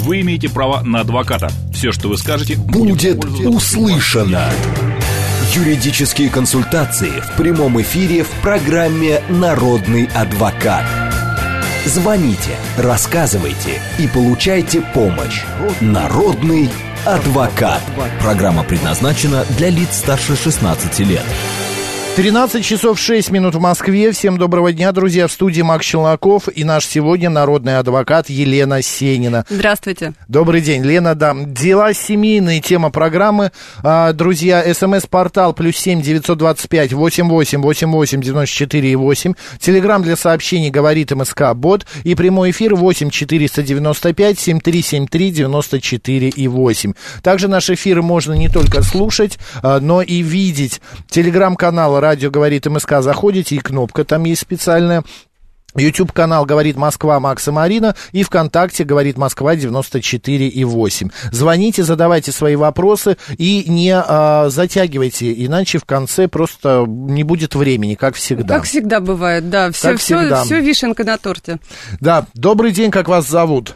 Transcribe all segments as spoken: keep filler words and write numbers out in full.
вы имеете право на адвоката. Все, что вы скажете, будет услышано. Юридические консультации в прямом эфире в программе «Народный адвокат». Звоните, рассказывайте и получайте помощь. Народный адвокат. Программа предназначена для лиц старше шестнадцати лет. тринадцать часов шесть минут в Москве. Всем доброго дня, друзья. В студии Макс Челноков и наш сегодня народный адвокат Елена Сенина. Здравствуйте. Добрый день, Лена, да. Дела семейные, тема программы. А, друзья, смс-портал плюс семь девятьсот двадцать пять восемь восемь восемь восемь девяносто четыре восемь. Телеграм для сообщений говорит МСК Бот. И прямой эфир восемь четыреста девяносто пять семь три семь три девяносто четыре восемь. Также наш эфир можно не только слушать, но и видеть. Телеграм-канал «Радио говорит МСК», заходите, и кнопка там есть специальная. YouTube-канал «Говорит Москва» Макс и Марина, и ВКонтакте «Говорит Москва» девяносто четыре восемь. Звоните, задавайте свои вопросы и не а, затягивайте, иначе в конце просто не будет времени, как всегда. Как всегда бывает, да. Все, все, все вишенка на торте. Да, добрый день, как вас зовут?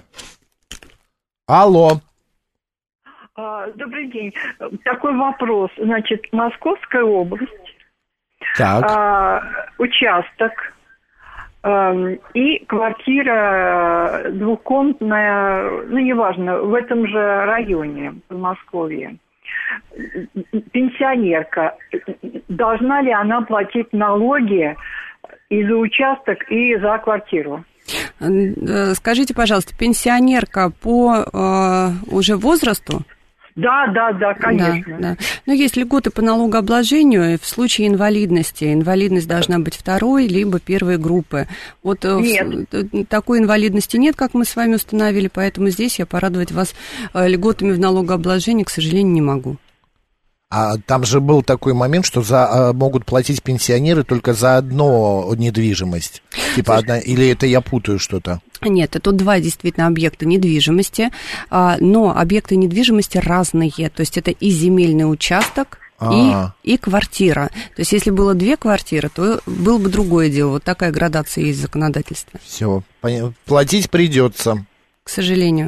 Алло. Добрый день. Такой вопрос. Значит, Московская область. Так. А, участок а, и квартира двухкомнатная, ну, неважно, в этом же районе, в Подмосковье. Пенсионерка. Должна ли она платить налоги и за участок, и за квартиру? Скажите, пожалуйста, пенсионерка по э, уже возрасту? Да, да, да, конечно. Да, да. Но есть льготы по налогообложению в случае инвалидности. Инвалидность должна быть второй, либо первой группы. Вот нет. В, такой инвалидности нет, как мы с вами установили, поэтому здесь я порадовать вас льготами в налогообложении, к сожалению, не могу. А там же был такой момент, что за, могут платить пенсионеры только за одну недвижимость. Типа одна, или это я путаю что-то? Нет, это два действительно объекта недвижимости, но объекты недвижимости разные. То есть это и земельный участок, и, и квартира. То есть если было две квартиры, то было бы другое дело. Вот такая градация есть в законодательстве. Все, платить придется. К сожалению.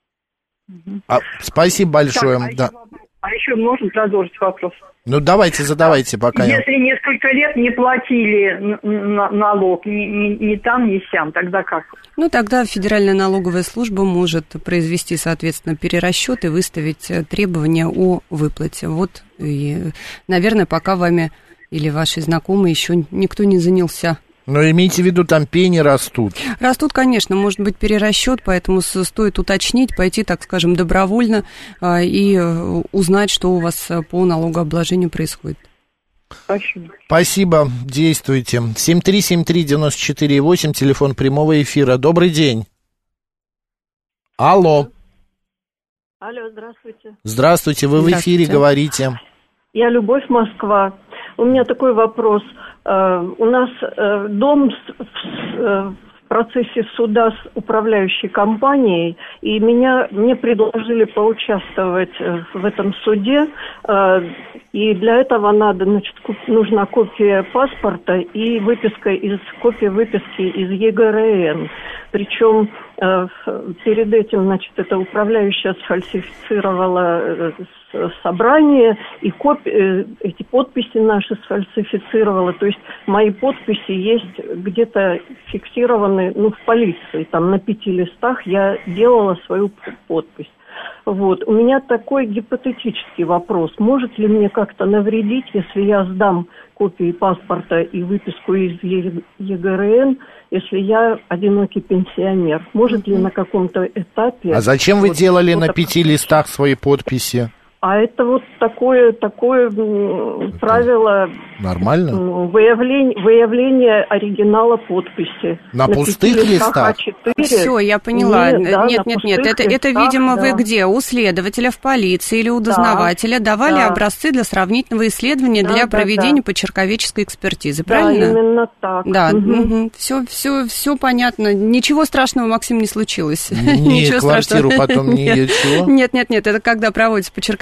А, спасибо большое. Так, а, да. еще, а еще можно продолжить вопрос? Ну, давайте, задавайте пока. Если я... несколько лет не платили налог ни, ни, ни там, ни сям, тогда как? Ну, тогда Федеральная налоговая служба может произвести, соответственно, перерасчет и выставить требования о выплате. Вот, и, наверное, пока вами или ваши знакомые еще никто не занялся. Но имейте в виду, там пени растут. Растут, конечно, может быть перерасчет, поэтому стоит уточнить, пойти, так скажем, добровольно а, и узнать, что у вас по налогообложению происходит. Спасибо. Спасибо, действуйте. семь три семь три девяносто четыре восемь, телефон прямого эфира. Добрый день. Алло. Алло, здравствуйте. Здравствуйте, вы в эфире, говорите. Я Любовь, Москва. У меня такой вопрос. У нас дом в процессе суда с управляющей компанией, и меня, мне предложили поучаствовать в этом суде, и для этого надо, значит, нужна копия паспорта и выписка из, копия выписки из ЕГРН. Причем перед этим, значит, эта управляющая сфальсифицировала собрание, и копи, эти подписи наши сфальсифицировала. То есть мои подписи есть где-то фиксированы, ну, в полиции. Там на пяти листах я делала свою подпись. Вот. У меня такой гипотетический вопрос. Может ли мне как-то навредить, если я сдам копии паспорта и выписку из ЕГРН, если я одинокий пенсионер? Может ли на каком-то этапе... А зачем вы вот делали на пяти листах свои подписи? А это вот такое, такое это правило... Нормально? Выявление, выявление оригинала подписи. На, на пустых листах? А все, я поняла. Нет, да, нет, нет, нет. Это, это, видимо, да. Вы где? У следователя в полиции или у дознавателя да, давали да. образцы для сравнительного исследования да, для да, проведения да. почерковедческой экспертизы, правильно? Да, именно так. Да, угу. Угу. Все, все, все понятно. Ничего страшного, Максим, не случилось. Не, квартиру потом не ничего? Нет, нет, нет. Это когда проводится почерковая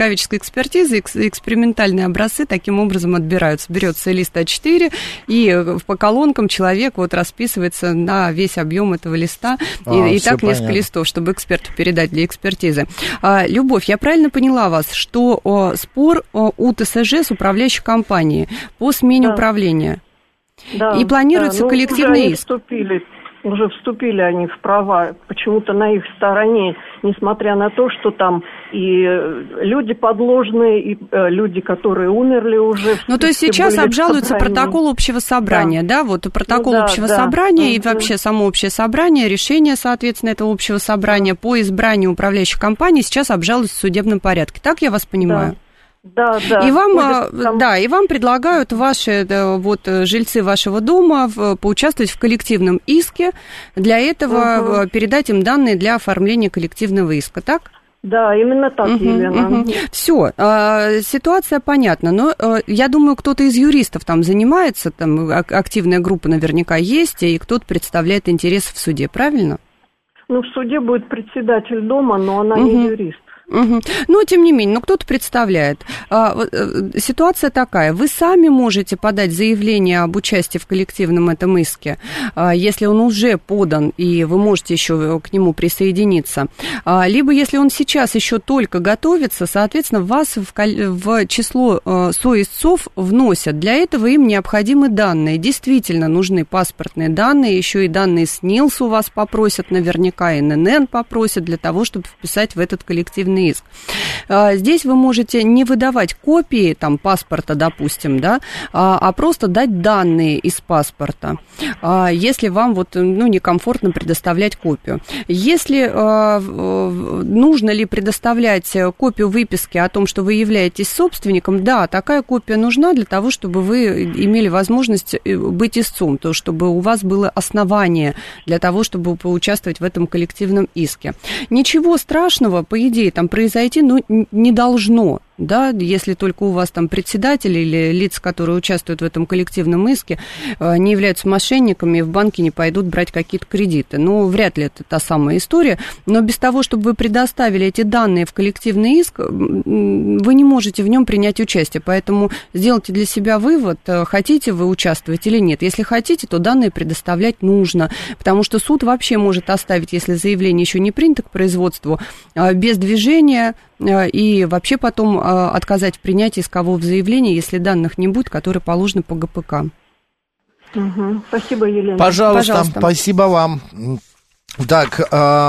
человеческой экспертизы экспериментальные образцы таким образом отбираются. Берется лист а четыре, и по колонкам человек вот расписывается на весь объем этого листа, а, и, и так понятно. Несколько листов, чтобы эксперту передать для экспертизы. А, Любовь, я правильно поняла вас, что о, спор о, у ТСЖ с управляющей компанией по смене да. управления? Да, и планируется да. Ну, коллективный уже иск? Вступили, уже вступили они в права, почему-то на их стороне, несмотря на то, что там и люди подложные, и э, люди, которые умерли уже. Ну, то есть сейчас обжалуется протокол общего собрания, да, да? Вот протокол ну, да, общего да. собрания mm-hmm. и вообще само общее собрание, решение, соответственно, этого общего собрания mm-hmm. по избранию управляющей компании сейчас обжалуется в судебном порядке. Так я вас понимаю? Да. Да, да. И вам, там... да, и вам предлагают ваши, вот, жильцы вашего дома поучаствовать в коллективном иске. Для этого угу. передать им данные для оформления коллективного иска, так? Да, именно так, угу, Елена. Угу. Все, э, ситуация понятна, но э, я думаю, кто-то из юристов там занимается, там активная группа наверняка есть, и кто-то представляет интересы в суде, правильно? Ну, в суде будет председатель дома, но она угу. не юрист. Угу. Но, тем не менее, ну, кто-то представляет. А, ситуация такая. Вы сами можете подать заявление об участии в коллективном этом иске, а, если он уже подан, и вы можете еще к нему присоединиться. А, либо, если он сейчас еще только готовится, соответственно, вас в, в число а, соисцов вносят. Для этого им необходимы данные. Действительно нужны паспортные данные, еще и данные СНИЛС у вас попросят, наверняка эн эн эн попросят для того, чтобы вписать в этот коллективный иск. Здесь вы можете не выдавать копии там, паспорта, допустим, да, а просто дать данные из паспорта, если вам вот, ну, некомфортно предоставлять копию. Если нужно ли предоставлять копию выписки о том, что вы являетесь собственником, да, такая копия нужна для того, чтобы вы имели возможность быть истцом, то, чтобы у вас было основание для того, чтобы поучаствовать в этом коллективном иске. Ничего страшного, по идее, там произойти, ну, не должно, да, если только у вас там председатель или лица, которые участвуют в этом коллективном иске, не являются мошенниками и в банке не пойдут брать какие-то кредиты. Ну, вряд ли это та самая история, но без того, чтобы вы предоставили эти данные в коллективный иск, вы не можете в нем принять участие, поэтому сделайте для себя вывод, хотите вы участвовать или нет. Если хотите, то данные предоставлять нужно, потому что суд вообще может оставить, если заявление еще не принято к производству, без движения, и вообще потом отказать в принятии искового заявления, если данных не будет, которые положены по гэ пэ ка. Угу. Спасибо, Елена. Пожалуйста, Пожалуйста. Спасибо вам. Так,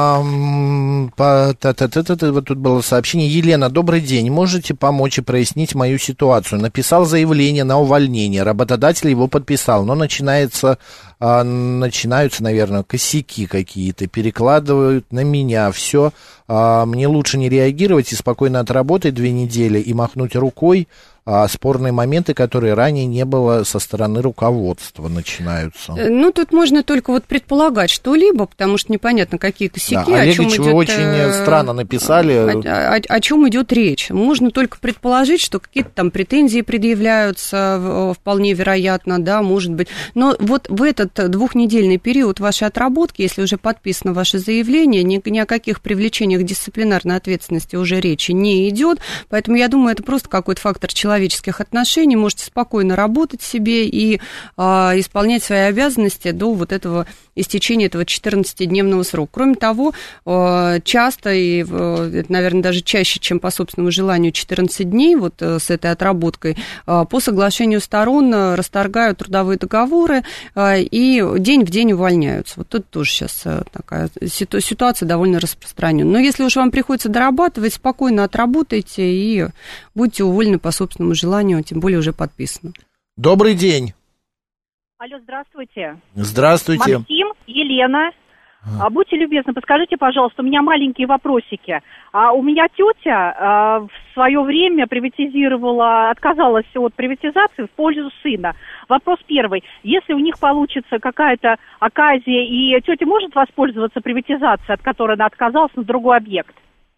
эм, по, та, та, та, та, та, вот тут было сообщение. Елена, добрый день. Можете помочь и прояснить мою ситуацию? Написал заявление на увольнение, работодатель его подписал, но начинается, э, начинаются, наверное, косяки какие-то, перекладывают на меня все. Э, мне лучше не реагировать и спокойно отработать две недели и махнуть рукой. А спорные моменты, которые ранее не было со стороны руководства, начинаются. Ну, тут можно только вот предполагать что-либо, потому что непонятно, какие косяки, да, о чем идет... вы очень странно написали. О, о, о чем идет речь. Можно только предположить, что какие-то там претензии предъявляются, вполне вероятно, да, может быть. Но вот в этот двухнедельный период вашей отработки, если уже подписано ваше заявление, ни, ни о каких привлечениях дисциплинарной ответственности уже речи не идет. Поэтому я думаю, это просто какой-то фактор человеческого человеческих отношений, можете спокойно работать себе и а, исполнять свои обязанности до вот этого истечения этого четырнадцатидневного срока. Кроме того, а, часто, и, это, наверное, даже чаще, чем по собственному желанию, четырнадцать дней вот с этой отработкой, а, по соглашению сторон расторгают трудовые договоры а, и день в день увольняются. Вот тут тоже сейчас такая ситуация довольно распространена. Но если уж вам приходится дорабатывать, спокойно отработайте и будете уволены по собственному желанию, тем более уже подписано. Добрый день. Алло, здравствуйте. Здравствуйте. Максим, Елена. А. Будьте любезны, подскажите, пожалуйста, у меня маленькие вопросики. А у меня тетя а, в свое время приватизировала, отказалась от приватизации в пользу сына. Вопрос первый. Если у них получится какая-то оказия, и тетя может воспользоваться приватизацией, от которой она отказалась, на другой объект?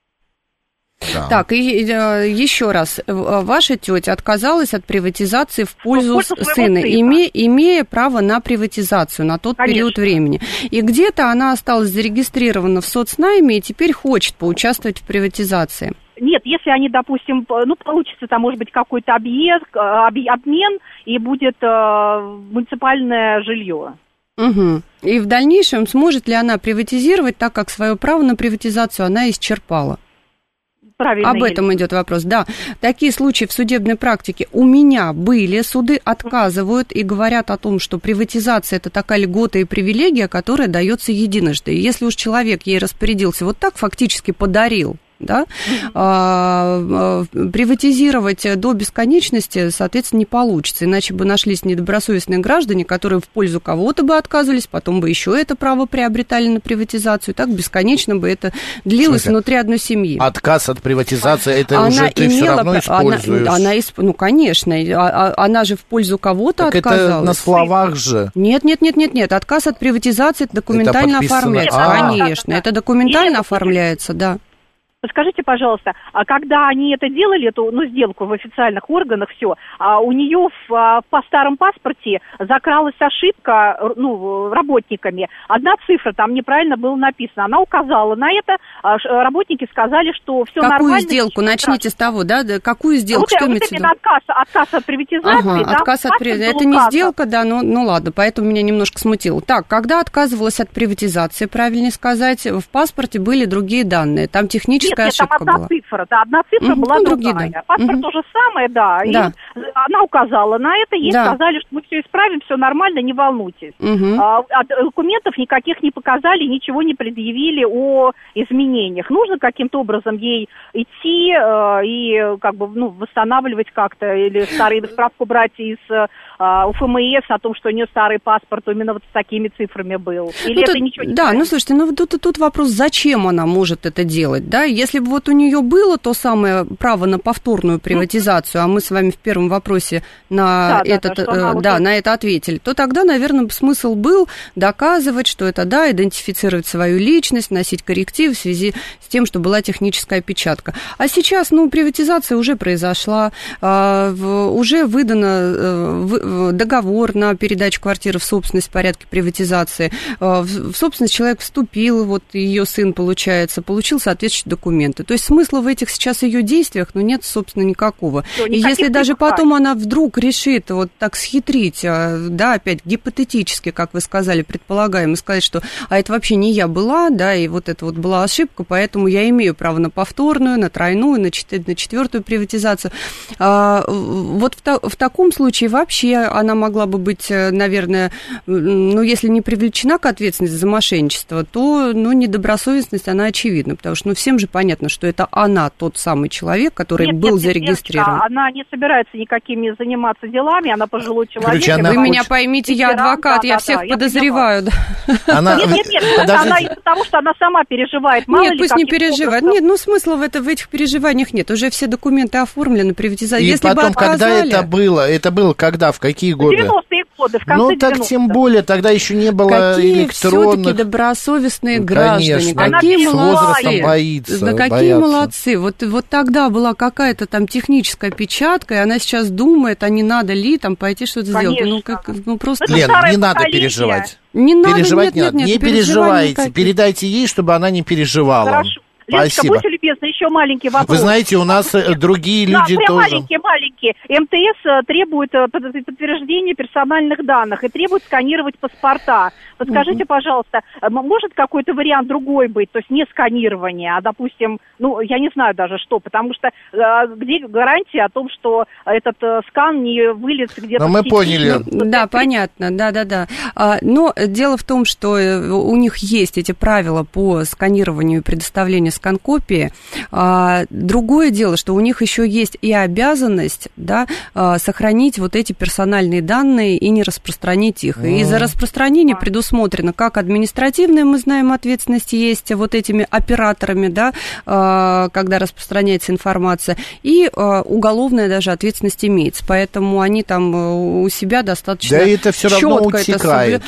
Да. Так, и еще раз, ваша тетя отказалась от приватизации в пользу, в пользу сына, име, имея право на приватизацию на тот Конечно. период времени. И где-то она осталась зарегистрирована в соцнайме и теперь хочет поучаствовать в приватизации. Нет, если они, допустим, ну, получится там, может быть, какой-то объезд, обмен, и будет э, муниципальное жилье. Угу. И в дальнейшем сможет ли она приватизировать, так как свое право на приватизацию она исчерпала? Правильно. Об этом идет вопрос, да. Такие случаи в судебной практике у меня были. Суды отказывают и говорят о том, что приватизация – это такая льгота и привилегия, которая дается единожды. И если уж человек ей распорядился вот так, фактически подарил, да, а, а, приватизировать до бесконечности, соответственно, не получится. Иначе бы нашлись недобросовестные граждане, которые в пользу кого-то бы отказывались, потом бы еще это право приобретали на приватизацию. Так бесконечно бы это длилось внутри одной семьи. Отказ от приватизации, это она уже ты имела, все равно используешь. Она, она, ну, конечно, она же в пользу кого-то так отказалась. Это на словах же. Нет, нет, нет, нет, нет. Отказ от приватизации это документально это оформляется. А-а-а. Конечно, это документально оформляется, да. Скажите, пожалуйста, а когда они это делали, эту, ну, сделку в официальных органах, все, а у нее в, а, по старом паспорте закралась ошибка, ну, работниками. Одна цифра там неправильно было написано. Она указала на это, а работники сказали, что все нормально. Какую сделку? Начните с того, да? Какую сделку? Вот, что вот имеете в виду? Отказ, отказ от приватизации. Ага, да, отказ от приватизации. Это не сделка, да, ну, ну ладно, поэтому меня немножко смутило. Так, когда отказывалась от приватизации, правильнее сказать, в паспорте были другие данные. Там технически Нет, нет, там одна была. цифра, да, одна цифра угу, была ну, другая. другие, да. Паспорт угу. то же самое, да, да. И она указала на это, ей да. сказали, что мы все исправим, все нормально, не волнуйтесь. Угу. А, документов никаких не показали, ничего не предъявили о изменениях. Нужно каким-то образом ей идти э, и как бы, ну, восстанавливать как-то, или старую справку брать из э, УФМС о том, что у нее старый паспорт именно вот с такими цифрами был. Или ну, это тут, ничего не Да, знает? ну слушайте, ну тут, тут вопрос, зачем она может это делать, да? Если бы вот у нее было то самое право на повторную приватизацию, а мы с вами в первом вопросе на, да, этот, да, да, э, да, вот на это ответили, то тогда, наверное, смысл был доказывать, что это, да, идентифицировать свою личность, носить корректив в связи с тем, что была техническая опечатка. А сейчас, ну, приватизация уже произошла, э, в, уже выдано э, в, договор на передачу квартиры в собственность в порядке приватизации. Э, в, в собственность человек вступил, вот ее сын, получается, получил соответствующие документы. То есть смысла в этих сейчас ее действиях, ну, нет, собственно, никакого. Все, и если даже потом она вдруг решит вот так схитрить, да, опять гипотетически, как вы сказали, предполагаем, и сказать, что а это вообще не я была, да, и вот это вот была ошибка, поэтому я имею право на повторную, на тройную, на, четвер- на четвертую приватизацию. А, вот в, та- в таком случае вообще она могла бы быть, наверное, ну, если не привлечена к ответственности за мошенничество, то, ну, недобросовестность, она очевидна, потому что, ну, всем же понятно, что это она тот самый человек, который нет, был нет, зарегистрирован. Нет, она не собирается никакими заниматься делами, она пожилой человек. Короче, она Вы хочет... меня поймите, я ветеран, адвокат, да, я да, всех да, я подозреваю. Да. Она... Нет, нет, нет, это она из-за того, что она сама переживает. Мало Нет, ли, пусть не каким переживает. образом... Нет, ну смысла в, это, в этих переживаниях нет. Уже все документы оформлены, приватизация. И Если потом, бы отказали... когда это было? Это было когда? В какие годы? девяностые годы, в конце Ну, так девяностых. тем более, тогда еще не было Какие электронных... все-таки добросовестные Ну, граждане, конечно, какие с молодцы. возрастом боится, Да какие боятся. молодцы. Вот, вот тогда была какая-то там техническая печатка, и она сейчас думает, а не надо ли там пойти что-то Конечно. сделать. Ну, как, ну просто... Это Лен, старое не надо поколение. переживать. Не надо, Переживать нет, не нет, надо. нет, Не переживаний переживайте. никаких. Передайте ей, чтобы она не переживала. Хорошо. Леночка, Спасибо. будьте любезны, еще маленький вопрос. Вы знаете, у нас э, другие Да, люди прям тоже... маленькие, маленькие. МТС э, требует э, под- подтверждения персональных данных и требует сканировать паспорта. Подскажите, угу. пожалуйста, э, может какой-то вариант другой быть, то есть не сканирование, а, допустим, ну, я не знаю даже что, потому что э, где гарантия о том, что этот э, скан не выльется где-то... Но мы в сети? поняли. Ну, да, понятно, да-да-да. А, но дело в том, что у них есть эти правила по сканированию и предоставлению скан-копии. А, другое дело, что у них еще есть и обязанность, да, а, сохранить вот эти персональные данные и не распространить их. И за распространение предусмотрено как административная, мы знаем, ответственность есть вот этими операторами, да, а, когда распространяется информация, и а, уголовная даже ответственность имеется. Поэтому они там у себя достаточно Да, это все равно утекает.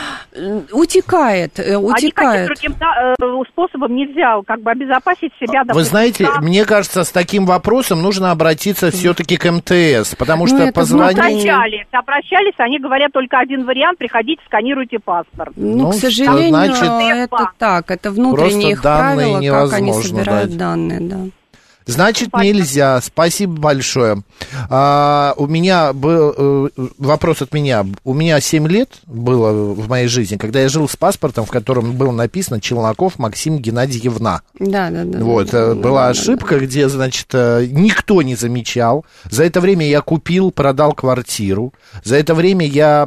Утекает, А утекает. никаким другим да, способом нельзя как бы обезопасить себя. Вы допустим, знаете, да. мне кажется, с таким вопросом нужно обратиться все-таки к МТС, потому Ну, что это позвонить... Обращались, обращались, они говорят только один вариант, приходите, сканируйте паспорт. Ну, Ну, к сожалению, значит, это так, это внутренние просто их данные правила, как они невозможно собирают дать. данные, да. Значит, нельзя. Спасибо большое. А, у меня был э, вопрос от меня. У меня семь лет было в моей жизни, когда я жил с паспортом, в котором было написано Челноков Максим Геннадьевна. Да, да, да. Вот, да, была да, ошибка, да. где, значит, никто не замечал. За это время я купил, продал квартиру. За это время я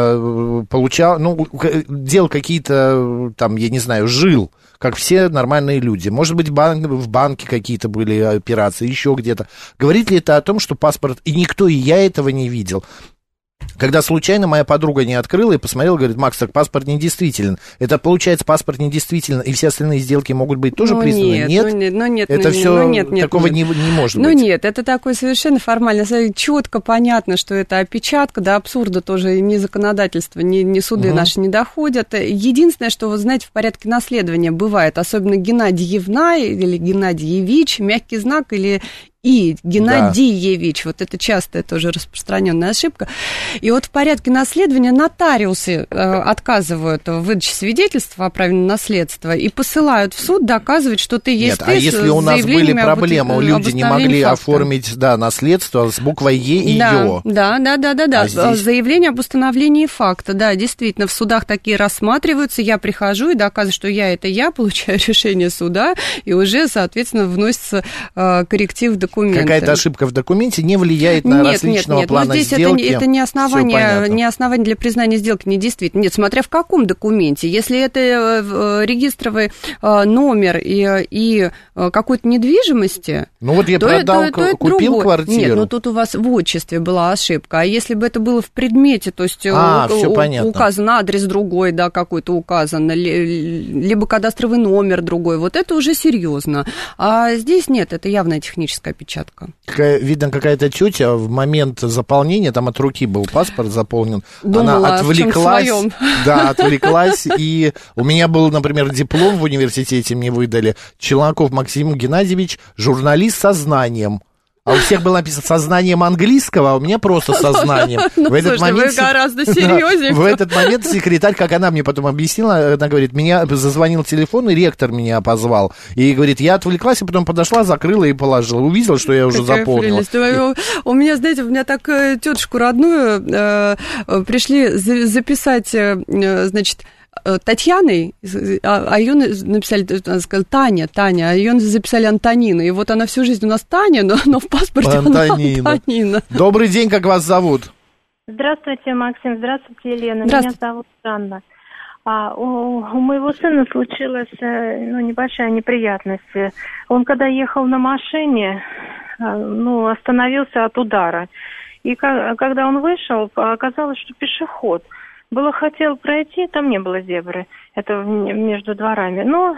э, получал, ну, делал какие-то, там, я не знаю, жил, как все нормальные люди. Может быть, бан- в банке какие-то были операции, еще где-то. Говорит ли это о том, что паспорт... И никто, и я этого не видел. Когда случайно моя подруга не открыла и посмотрела, говорит, Макс, так паспорт недействителен. Это, получается, паспорт недействителен, и все остальные сделки могут быть тоже ну, признаны? Нет, нет? Ну, нет, ну, нет, это ну, все ну, нет, нет, такого нет. Не, не может ну, быть? Ну нет, это такое совершенно формально. Четко понятно, что это опечатка, до абсурда тоже ни законодательство, ни, ни суды угу. наши не доходят. Единственное, что, вы знаете, в порядке наследования бывает, особенно Геннадьевна или Геннадьевич, мягкий знак или... И Геннадьевич, да. Вот это частая тоже распространенная ошибка. И вот в порядке наследования нотариусы э, отказывают в выдаче свидетельства о праве на наследство и посылают в суд доказывать, что ты есть Нет, ты. А если у нас были проблемы, у люди не могли факта. оформить да, наследство с буквой Е и да, Ё. Да, да, да, да, да. А здесь... Заявление об установлении факта, да, действительно, в судах такие рассматриваются. Я прихожу и доказываю, что я это я, получаю решение суда, и уже, соответственно, вносится э, корректив документа. Какая-то ошибка в документе не влияет на нет, различного нет, нет. плана здесь сделки. Это, это не основание, не основание для признания сделки недействительной. Нет, смотря в каком документе. Если это регистровый номер и, и какой-то недвижимости, ну вот я то, продал, то, то купил другое. квартиру. Нет, ну тут у вас в отчестве была ошибка. А если бы это было в предмете, то есть а, у, указан адрес другой, да, какой-то указан, либо кадастровый номер другой, вот это уже серьезно. А здесь нет, это явная техническая опечатка. Видно, какая-то тетя в момент заполнения, там от руки был паспорт заполнен, думала, она отвлеклась, да, отвлеклась, и у меня был, например, диплом в университете, мне выдали, Челноков Максим Геннадьевич, журналист со знанием. А у всех было написано сознанием английского, а у меня просто сознанием. Ну, в этот слушайте, момент, вы гораздо серьезнее. В этот момент секретарь, как она мне потом объяснила, она говорит, меня зазвонил телефон, и ректор меня позвал. И говорит, я отвлеклась, и потом подошла, закрыла и положила. Увидела, что я уже Какая заполнила. Прелесть. У меня, знаете, у меня так тетушку родную э, пришли записать, э, значит, Татьяной, а ее написали, она сказала, Таня, Таня, а ее записали Антонина. И вот она всю жизнь у нас Таня, но, но в паспорте Антонина. она Антонина. Добрый день, как вас зовут? Здравствуйте, Максим, здравствуйте, Елена. Здравствуйте. Меня зовут Жанна. А, у, у моего сына случилась ну, небольшая неприятность. Он, когда ехал на машине, ну, остановился от удара. И как, когда он вышел, оказалось, что пешеход. Было хотел пройти, там не было зебры, это между дворами. Но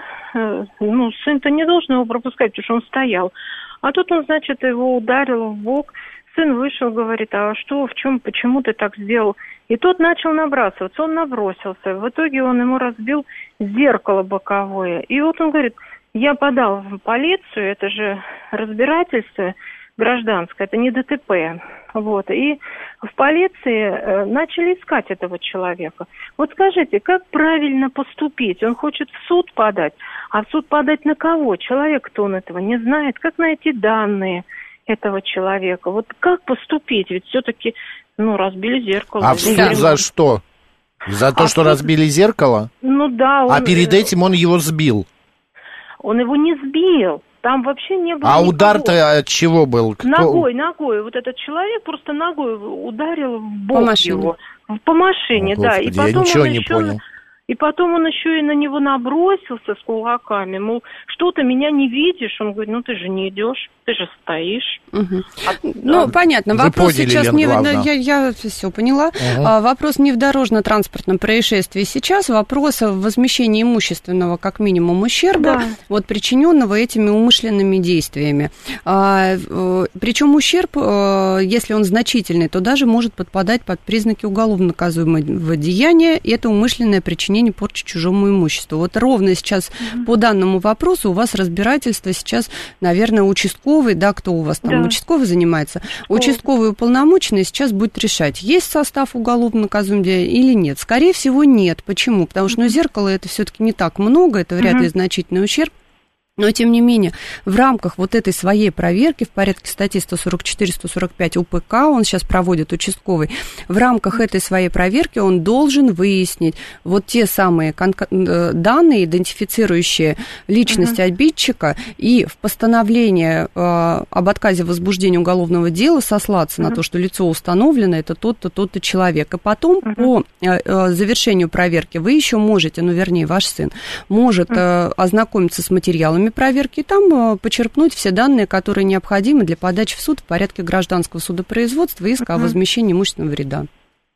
ну, сын-то не должен его пропускать, потому что он стоял. А тут он, значит, его ударил в бок. Сын вышел, говорит, а что, в чем, почему ты так сделал? И тот начал набрасываться, он набросился. В итоге он ему разбил зеркало боковое. И вот он говорит, я подал в полицию, это же разбирательство гражданское, это не ДТП. Вот. И в полиции начали искать этого человека. Вот скажите, как правильно поступить? Он хочет в суд подать, а в суд подать на кого? Человек-то он этого не знает. Как найти данные этого человека? Вот как поступить? Ведь все-таки, ну, разбили зеркало. А в суд да. за что? За то, а что суд... разбили зеркало? Ну да. Он... А перед этим он его сбил? Он его не сбил. Там вообще не было. А никого. удар-то от чего был? Кто? Ногой, ногой. Вот этот человек просто ногой ударил в бок по машине. его. По машине, О, да. Господи, И потом я ничего он не еще... понял. И потом он еще и на него набросился с кулаками, мол, что ты меня не видишь? Он говорит, ну ты же не идешь, ты же стоишь. Угу. А, ну, да. понятно, Вы вопрос поняли, сейчас Лен, не... главное. Я, я все поняла. Угу. А, вопрос не в дорожно-транспортном происшествии сейчас, вопрос в возмещении имущественного, как минимум, ущерба, да. вот, причиненного этими умышленными действиями. А, причем ущерб, если он значительный, то даже может подпадать под признаки уголовно наказуемого деяния, и это умышленное причинение порчи чужому имуществу. Вот ровно сейчас mm-hmm. по данному вопросу у вас разбирательство сейчас, наверное, участковый, да, кто у вас там, да. участковый занимается, Школа. Участковый уполномоченный сейчас будет решать, есть состав уголовно наказуемого деяния или нет. Скорее всего, нет. Почему? Потому что, ну, зеркало это все-таки не так много, это вряд ли mm-hmm. значительный ущерб. Но, тем не менее, в рамках вот этой своей проверки в порядке статьи сто сорок четыре сто сорок пять УПК, он сейчас проводит участковый, в рамках этой своей проверки он должен выяснить вот те самые кон- данные, идентифицирующие личность uh-huh. обидчика, и в постановлении э, об отказе в возбуждении уголовного дела сослаться uh-huh. на то, что лицо установлено, это тот-то, тот-то человек. И потом uh-huh. по э, завершению проверки вы еще можете, ну, вернее, ваш сын может э, ознакомиться с материалами проверки и там почерпнуть все данные, которые необходимы для подачи в суд в порядке гражданского судопроизводства иска uh-huh. о возмещении имущественного вреда.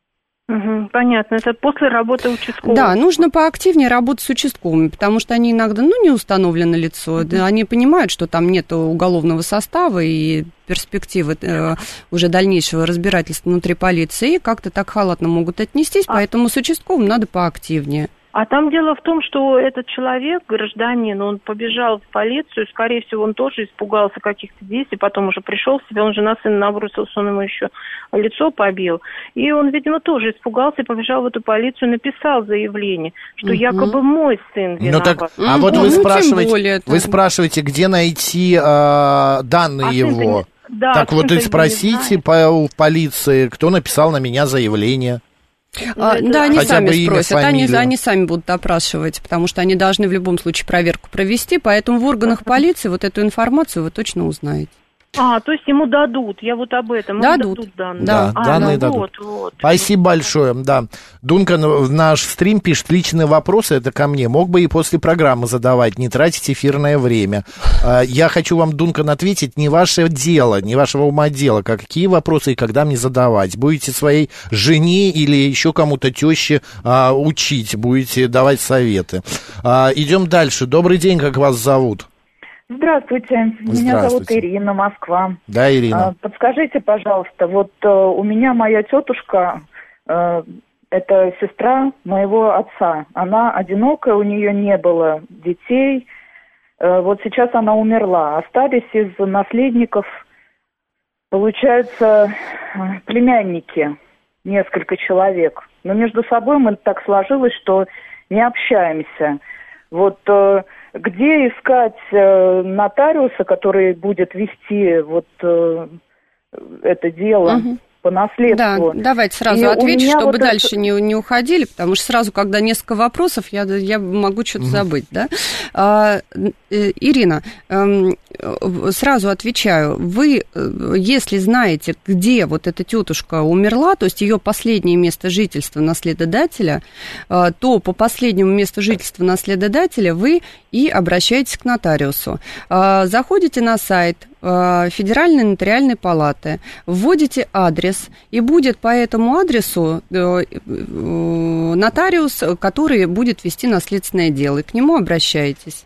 Угу, понятно, это после работы участкового. Да, нужно поактивнее работать с участковыми, потому что они иногда, ну, не установлено лицо, да, они понимают, что там нет уголовного состава и перспективы э, уже дальнейшего разбирательства внутри полиции, и как-то так халатно могут отнестись, а... поэтому с участковым надо поактивнее. А там дело в том, что этот человек, гражданин, он побежал в полицию, скорее всего, он тоже испугался каких-то действий, потом уже пришел в себя, он же на сына набросился, он ему еще лицо побил. И он, видимо, тоже испугался и побежал в эту полицию, написал заявление, что угу. якобы мой сын виноват. Ну, так, а вот ну, вы, ну, спрашиваете, вы спрашиваете, где найти э, данные а его. Да, так вот и спросите по, в полиции, кто написал на меня заявление. А, да, они Хотя сами спросят, они, они сами будут опрашивать, потому что они должны в любом случае проверку провести, поэтому в органах полиции вот эту информацию вы точно узнаете. А, то есть ему дадут, я вот об этом. Дадут, дадут данные. Да, а, данные ну, дадут. Вот, вот. Спасибо большое, да. Дункан в наш стрим пишет, личные вопросы, это ко мне, мог бы и после программы задавать, не тратить эфирное время. Я хочу вам, Дункан, ответить, не ваше дело, не вашего ума дело, какие вопросы и когда мне задавать. Будете своей жене или еще кому-то теще учить, будете давать советы. Идем дальше. Добрый день, как вас зовут? Здравствуйте. Здравствуйте, меня зовут Ирина, Москва. Да, Ирина. Подскажите, пожалуйста, вот у меня моя тетушка, это сестра моего отца, она одинокая, у нее не было детей, вот сейчас она умерла. Остались из наследников, получается, племянники, несколько человек. Но между собой мы так сложилось, что не общаемся. Вот где искать э, нотариуса, который будет вести вот э, это дело угу. по наследству? Да, давайте сразу и отвечу, чтобы вот дальше это... не, не уходили, потому что сразу, когда несколько вопросов, я, я могу что-то угу. забыть, да? А, э, Ирина, э, сразу отвечаю, вы, если знаете, где вот эта тетушка умерла, то есть ее последнее место жительства наследодателя, э, то по последнему месту жительства наследодателя вы и обращаетесь к нотариусу. Э, заходите на сайт Федеральной нотариальной палаты, вводите адрес, и будет по этому адресу нотариус, который будет вести наследственное дело, и к нему обращаетесь.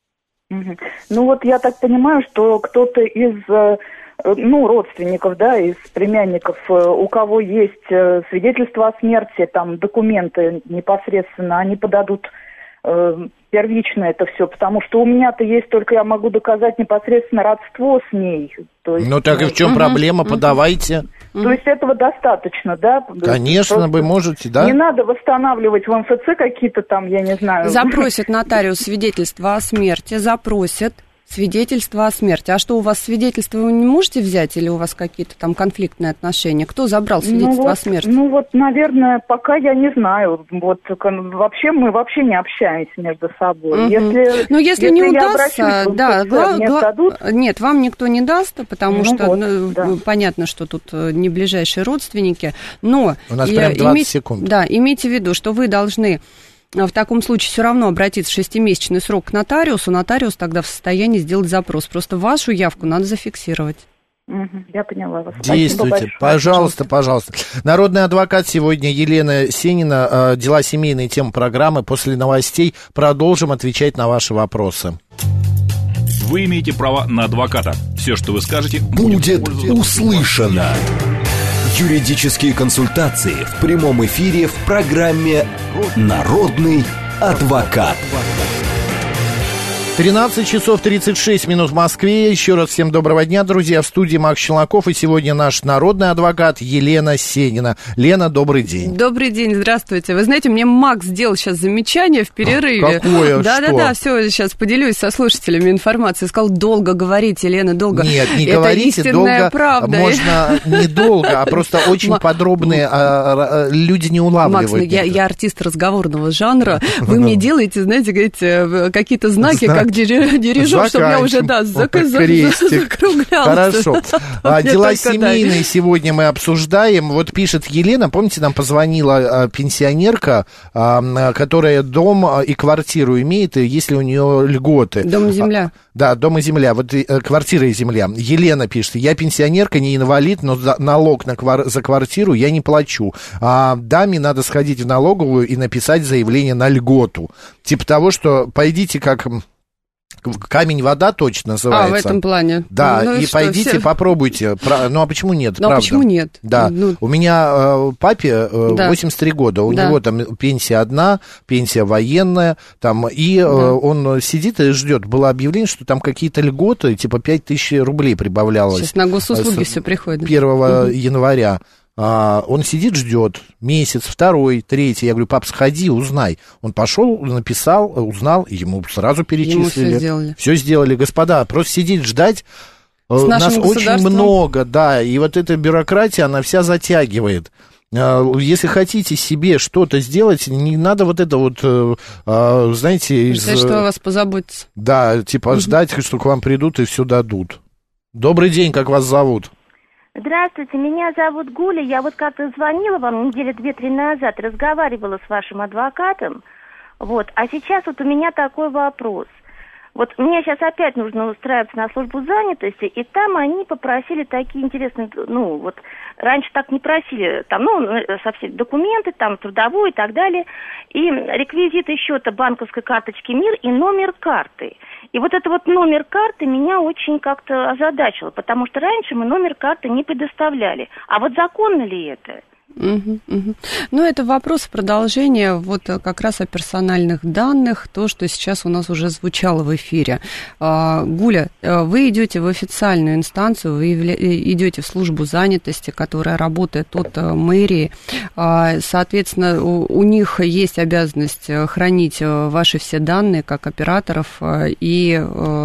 Ну вот я так понимаю, что кто-то из, ну, родственников, да, из племянников, у кого есть свидетельство о смерти, там документы непосредственно, они подадут первично это все, потому что у меня-то есть только я могу доказать непосредственно родство с ней. То есть, ну так и в чем угу, проблема? Угу. Подавайте. То есть этого достаточно, да? Конечно, просто вы можете, да. Не надо восстанавливать в эм эф цэ какие-то там, я не знаю. Запросит нотариус свидетельство о смерти, запросит свидетельство о смерти. А что, у вас свидетельство вы не можете взять, или у вас какие-то там конфликтные отношения? Кто забрал свидетельство ну вот, о смерти? Ну вот, наверное, пока я не знаю. Вот вообще мы вообще не общаемся между собой. Угу. Если, ну, если, если не удастся, да, гла- мне гла- дадут? Нет, вам никто не даст, потому ну что вот, ну, да. понятно, что тут не ближайшие родственники, но у нас прям двадцать иметь, секунд. Да, имейте в виду, что вы должны в таком случае все равно обратиться в шестимесячный срок к нотариусу, нотариус тогда в состоянии сделать запрос. Просто вашу явку надо зафиксировать. Угу, я поняла вас. Действуйте, пожалуйста, пожалуйста. Народный адвокат сегодня Елена Сенина, дела семейные, тема программы. После новостей продолжим отвечать на ваши вопросы. Вы имеете право на адвоката. Все, что вы скажете, будет услышано. Юридические консультации в прямом эфире в программе «Народный адвокат». тринадцать часов тридцать шесть минут в Москве. Еще раз всем доброго дня, друзья. В студии Макс Челноков. И сегодня наш народный адвокат Елена Сенина. Лена, добрый день. Добрый день, здравствуйте. Вы знаете, мне Макс сделал сейчас замечание в перерыве. Какое? Да-да-да, все, сейчас поделюсь со слушателями информацией. Сказал, долго говорите, Елена, долго. Нет, не Это говорите, истинная долго. Правда. Можно не долго, а просто очень подробные, а, а, люди не улавливают. Макс, я, я артист разговорного жанра. Вы мне делаете, знаете, говорите, какие-то знаки, как дирижер, чтобы я уже, да, закруглялся. Хорошо. Дела семейные сегодня мы обсуждаем. Вот пишет Елена, помните, нам позвонила пенсионерка, которая дом и квартиру имеет, если у нее льготы. Дом и земля. Да, дом и земля, вот квартира и земля. Елена пишет, я пенсионерка, не инвалид, но за, налог на квар, за квартиру я не плачу. А даме надо сходить в налоговую и написать заявление на льготу. Типа того, что пойдите как... Камень, вода точно называется. А, в этом плане. Да, ну, и, и что, пойдите, все... попробуйте. Ну, а почему нет? Ну, а почему нет? Да. Ну... У меня э, папе э, да. восемьдесят три года, у да. него там пенсия одна, пенсия военная, там, и да. э, он сидит и ждет. Было объявление, что там какие-то льготы, типа пять тысяч рублей прибавлялось. Сейчас на госуслуги все приходит. первого января. А, он сидит, ждет месяц, второй, третий. Я говорю, пап, сходи, узнай. Он пошел, написал, узнал, ему сразу перечислили. Ему все сделали. Все сделали. Господа, просто сидеть, ждать. С нас очень много, да. И вот эта бюрократия, она вся затягивает. Если хотите себе что-то сделать, не надо вот это вот, знаете... Из... что о вас позаботиться. Да, типа угу. ждать, что к вам придут и все дадут. Добрый день, как вас зовут? Здравствуйте, меня зовут Гуля. Я вот как-то звонила вам недели две-три назад, разговаривала с вашим адвокатом. Вот. А сейчас вот у меня такой вопрос. Вот мне сейчас опять нужно устраиваться на службу занятости, и там они попросили такие интересные, ну, вот, раньше так не просили, там, ну, совсем документы, там, трудовую и так далее, и реквизиты счета банковской карточки МИР и номер карты. И вот это вот номер карты меня очень как-то озадачило, потому что раньше мы номер карты не предоставляли. А вот законно ли это? Угу, угу. Ну, это вопрос продолжения вот как раз о персональных данных, то, что сейчас у нас уже звучало в эфире. Гуля, вы идете в официальную инстанцию, вы идете в службу занятости, которая работает от мэрии. Соответственно, у них есть обязанность хранить ваши все данные как операторов, и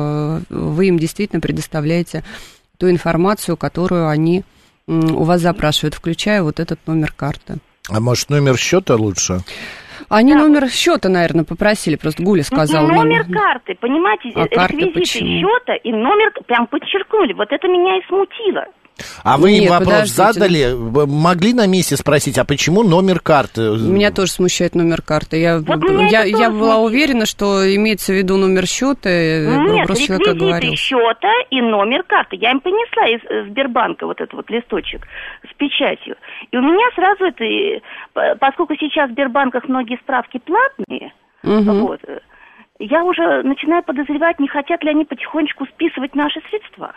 вы им действительно предоставляете ту информацию, которую они у вас запрашивают, включая вот этот номер карты. А может, номер счета лучше? Они да. номер счета, наверное, попросили, просто Гуля сказала. Ну, номер карты, понимаете, а реквизиты счета и номер прям подчеркнули. Вот это меня и смутило. А вы Нет, им вопрос задали? Могли на месте спросить, а почему номер карты? Меня тоже смущает номер карты. Я, вот я, я была уверена, что имеется в виду номер счета. Нет, реквизиты счета и номер карты. Я им принесла из Сбербанка вот этот вот листочек с печатью. И у меня сразу это, поскольку сейчас в Сбербанках многие справки платные, угу. вот, я уже начинаю подозревать, не хотят ли они потихонечку списывать наши средства.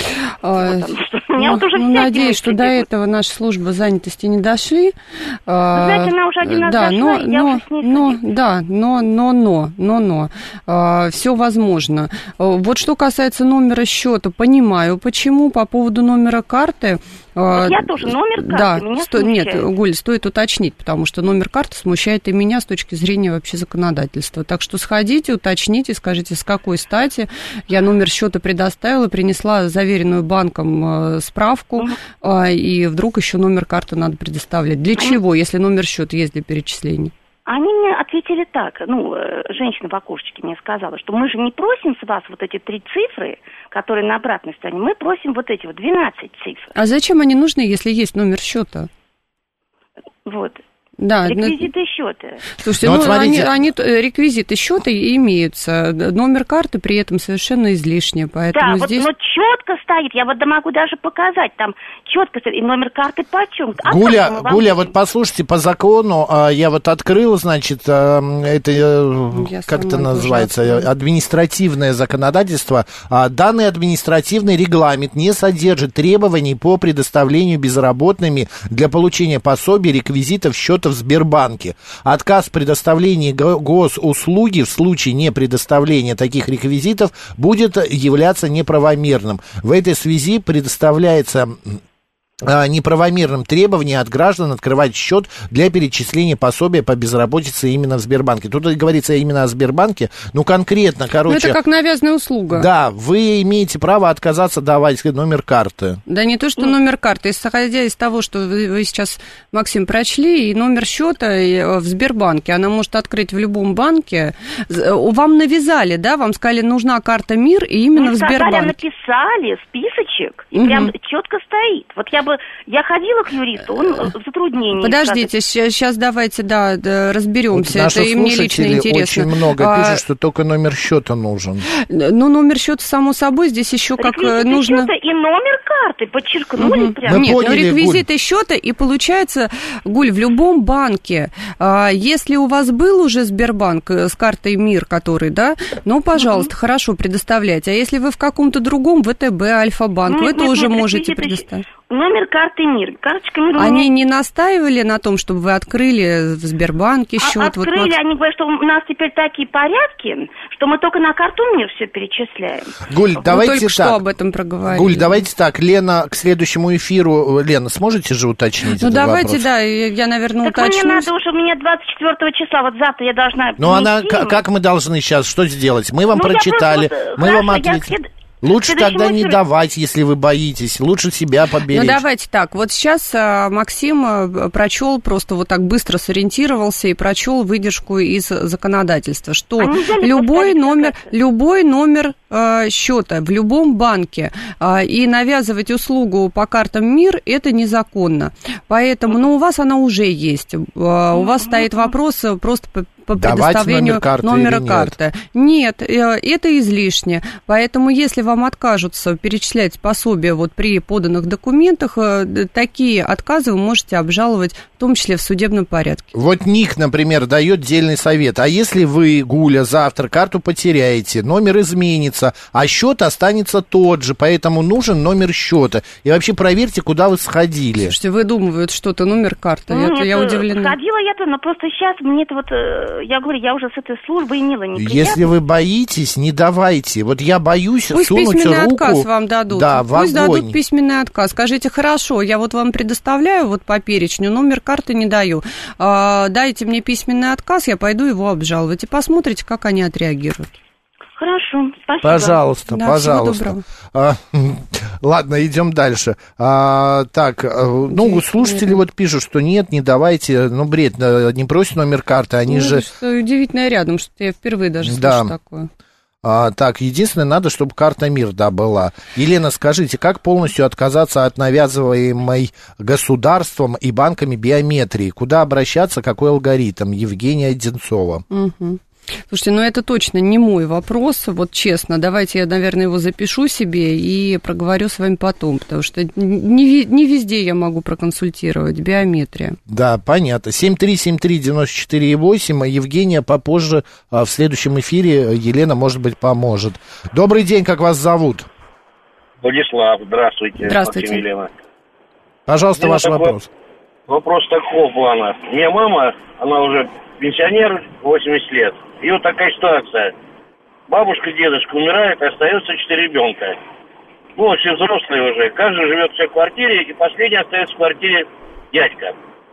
А, ну, вот ну, надеюсь, что до этого наши службы занятости не дошли. Вы знаете, она уже один раз да, дошла, но, и я но, уже с ней но, да, но, но, но, но, но, а, все возможно. Вот что касается номера счета, понимаю, почему по поводу номера карты. Вот я тоже номер карты, да, меня сто, нет, Гуль, стоит уточнить, потому что номер карты смущает и меня с точки зрения вообще законодательства. Так что сходите, уточните, скажите, с какой стати я номер счета предоставила, принесла заверенную банком справку, mm-hmm. и вдруг еще номер карты надо предоставлять. Для mm-hmm. чего, если номер счета есть для перечислений? Они мне ответили так, ну, женщина в окошечке мне сказала, что мы же не просим с вас вот эти три цифры, которые на обратной стороне, мы просим вот эти вот двенадцать цифр. А зачем они нужны, если есть номер счета? Вот. Да, реквизиты счета. Слушайте, ну, ну вот они, они, реквизиты счета имеются, номер карты при этом совершенно излишне, поэтому да, здесь... вот, но четко стоит, я вот могу даже показать, там четко стоит, и номер карты подчеркнут. А Гуля, Гуля, вот послушайте, по закону, я вот открыл, значит, это, я как это называется, административное законодательство, данный административный регламент не содержит требований по предоставлению безработными для получения пособий реквизитов счета счета в Сбербанке. Отказ в предоставлении госуслуги в случае непредоставления таких реквизитов будет являться неправомерным. В этой связи предоставляется неправомерным требование от граждан открывать счет для перечисления пособия по безработице именно в Сбербанке. Тут говорится именно о Сбербанке, ну конкретно, короче... Ну, это как навязанная услуга. Да, вы имеете право отказаться давать номер карты. Да не то, что номер карты, исходя из того, что вы, вы сейчас, Максим, прочли, и номер счета в Сбербанке, она может открыть в любом банке. Вам навязали, да, вам сказали, нужна карта МИР, и именно Мы в Сбербанке. сказали, написали списочек, и угу. прям четко стоит. Вот я Я ходила к юристу, он в затруднении. Подождите, сейчас, сейчас давайте, да, да разберемся. Вот это и мне лично интересно. Очень много а, пишут, что только номер счета нужен. Ну, номер счета, само собой, здесь еще как реквизиты нужно... счета и номер карты подчеркнули угу. прямо. Нет, поняли, ну, реквизиты Гуль. счета, и получается, Гуль, в любом банке, а, если у вас был уже Сбербанк с картой МИР, который, да, ну, пожалуйста, угу. хорошо, предоставляйте. А если вы в каком-то другом, ВТБ, Альфа-банк, нет, вы нет, тоже нет, можете реквизиты... предоставить. Номер карты МИР. Карточка МИР. Они не настаивали на том, чтобы вы открыли в Сбербанке счет? А, открыли, вот, они говорят, что у нас теперь такие порядки, что мы только на карту МИР все перечисляем. Гуль, ну, давайте только так. что об этом проговорили. Гуль, давайте так. Лена, к следующему эфиру, Лена, сможете же уточнить Ну, этот давайте, вопрос? да, я, наверное, так уточню. мне надо уже, у меня двадцать четвёртого числа, вот завтра я должна... Ну, она, как мы должны сейчас, что сделать? Мы вам ну, прочитали, просто, мы хорошо, вам ответили. Лучше тогда не давать, если вы боитесь. Лучше себя поберечь. Ну, давайте так. Вот сейчас а, Максим а, прочел, просто вот так быстро сориентировался и прочел выдержку из законодательства, что а любой номер, любой номер а, счета в любом банке а, и навязывать услугу по картам МИР, это незаконно. Поэтому, ну, у вас она уже есть. А, у вас стоит вопрос просто по по предоставлению номер карты номера карты. Нет, это излишне. Поэтому, если вам откажутся перечислять пособие вот при поданных документах, такие отказы вы можете обжаловать, в том числе в судебном порядке. Вот Ник, например, дает дельный совет. А если вы, Гуля, завтра карту потеряете, номер изменится, а счет останется тот же, поэтому нужен номер счета. И вообще проверьте, куда вы сходили. Слушайте, выдумывают что-то, номер карты. Нет, это я удивлена. Сходила я-то, но просто сейчас мне это вот... Я говорю, я уже с этой службы имела неприятности. Если вы боитесь, не давайте. Вот я боюсь Пусть сунуть письменный руку... отказ вам дадут. Да, в Пусть огонь. дадут письменный отказ. Скажите, хорошо, я вот вам предоставляю вот по перечню, номер карты не даю. А, дайте мне письменный отказ, я пойду его обжаловать. И посмотрите, как они отреагируют. Хорошо, спасибо. Пожалуйста, да, пожалуйста. А, ладно, идем дальше. А, так, ну, слушатели вот пишут, что нет, не давайте. Ну, бред, не просят номер карты, они ну, же... Что удивительно рядом, что я впервые даже слышу да. такое. А, так, единственное, надо, чтобы карта МИР, да, была. Елена, скажите, как полностью отказаться от навязываемой государством и банками биометрии? Куда обращаться, какой алгоритм? Евгения Одинцова. Угу. Слушайте, ну это точно не мой вопрос, вот честно. Давайте я, наверное, его запишу себе и проговорю с вами потом, потому что не, не везде я могу проконсультировать. Биометрия. Да, понятно. семь три семь три девять четыре восемь. Евгения попозже в следующем эфире, Елена, может быть, поможет. Добрый день, как вас зовут? Владислав, здравствуйте. Здравствуйте. Максим, Елена. Пожалуйста, ваш такой, вопрос. Вопрос такого плана. У меня мама, она уже пенсионер, восемьдесят лет. И вот такая ситуация. Бабушка, дедушка умирают, остается четыре ребенка. Ну, все взрослые уже. Каждый живет в своей квартире, и последний остается в квартире дядька.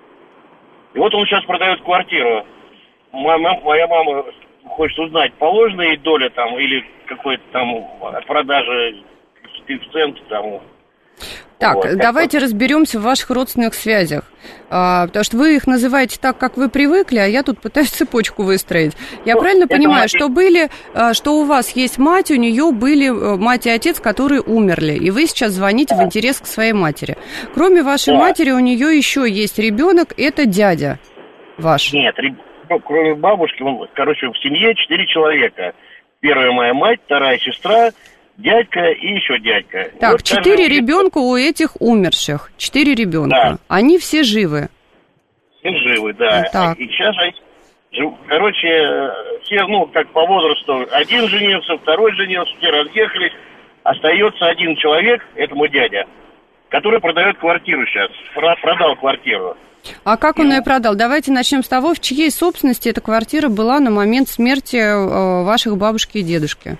И вот он сейчас продает квартиру. Моя, моя мама хочет узнать, положена ей доля там, или какой-то там продажи коэффициент там. Так, вот, давайте разберемся в ваших родственных связях, а, потому что вы их называете так, как вы привыкли, а я тут пытаюсь цепочку выстроить. Я ну, правильно понимаю, мать... что были, что у вас есть мать, у нее были мать и отец, которые умерли, и вы сейчас звоните да. в интерес к своей матери. Кроме вашей да. матери, у нее еще есть ребенок, это дядя ваш. Нет, ну, кроме бабушки, он, короче, в семье четыре человека. Первая моя мать, вторая сестра, дядька и еще дядька. Так, вот четыре каждый... ребенка у этих умерших. Четыре ребенка. Да. Они все живы. Все живы, да. Так. И сейчас они живут. Короче, все, ну, как по возрасту, один женился, второй женился, все разъехались. Остается один человек, это мой дядя, который продает квартиру сейчас. Продал квартиру. А как он ее продал? Давайте начнем с того, в чьей собственности эта квартира была на момент смерти э, ваших бабушки и дедушки?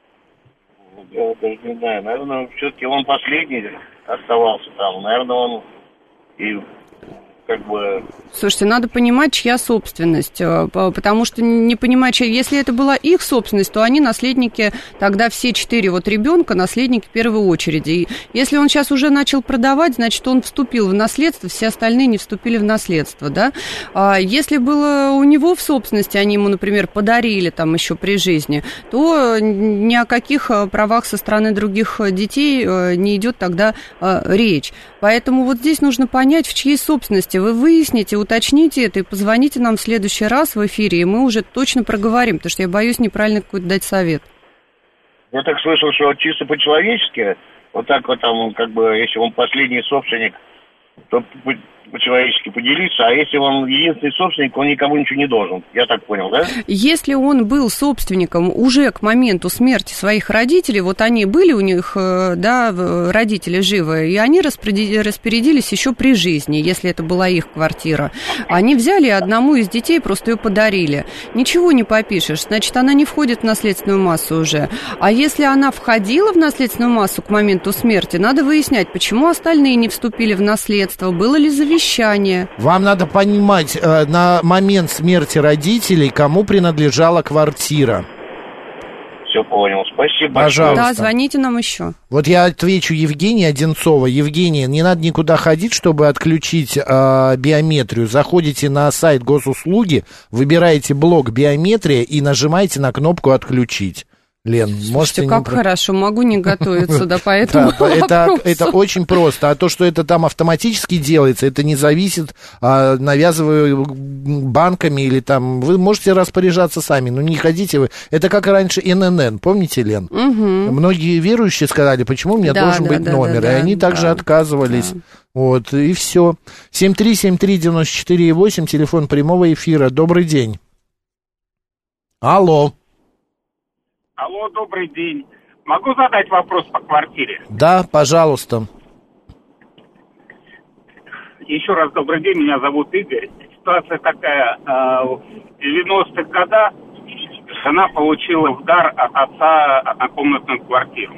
Я даже не знаю. Наверное, все-таки он последний оставался там. Наверное, он и как бы... Слушайте, надо понимать, чья собственность, потому что не понимать, чья... если это была их собственность, то они наследники, тогда все четыре вот ребенка наследники в первой очереди. И если он сейчас уже начал продавать, значит, он вступил в наследство, все остальные не вступили в наследство, да? А если было у него в собственности, они ему, например, подарили там еще при жизни, то ни о каких правах со стороны других детей не идет тогда речь. Поэтому вот здесь нужно понять, в чьей собственности. Вы выясните, уточните это и позвоните нам в следующий раз в эфире, и мы уже точно проговорим, потому что я боюсь неправильно какой-то дать совет. Я так слышал, что чисто по-человечески, вот так вот там, как бы, если он последний собственник, то по-человечески поделиться, а если он единственный собственник, он никому ничего не должен. Я так понял, да? Если он был собственником уже к моменту смерти своих родителей, вот они были у них, да, родители живы, и они распорядились еще при жизни, если это была их квартира. Они взяли одному из детей, просто ее подарили. Ничего не попишешь, значит, она не входит в наследственную массу уже. А если она входила в наследственную массу к моменту смерти, надо выяснять, почему остальные не вступили в наследство, было ли завещание. Вам надо понимать, э, на момент смерти родителей, кому принадлежала квартира. Все понял, спасибо. Пожалуйста. Да, звоните нам еще. Вот я отвечу Евгении Одинцова. Евгения, не надо никуда ходить, чтобы отключить э, биометрию. Заходите на сайт госуслуги, выбираете блок биометрия и нажимаете на кнопку «Отключить». Лен, Слушайте, можете... как не... хорошо, могу не готовиться, да, поэтому да, это, это очень просто. А то, что это там автоматически делается, это не зависит, а, навязывая банками или там... Вы можете распоряжаться сами, но не ходите вы. Это как раньше эн эн эн, помните, Лен? Угу. Многие верующие сказали, почему у меня да, должен да, быть да, номер, да, и они да, также да, отказывались. Да. Вот, и все. семь три семь три девяносто четыре восемь, телефон прямого эфира. Добрый день. Алло. Алло, добрый день. Могу задать вопрос по квартире? Да, пожалуйста. Еще раз добрый день, меня зовут Игорь. Ситуация такая, в девяностых годах жена получила в дар от отца однокомнатную квартиру.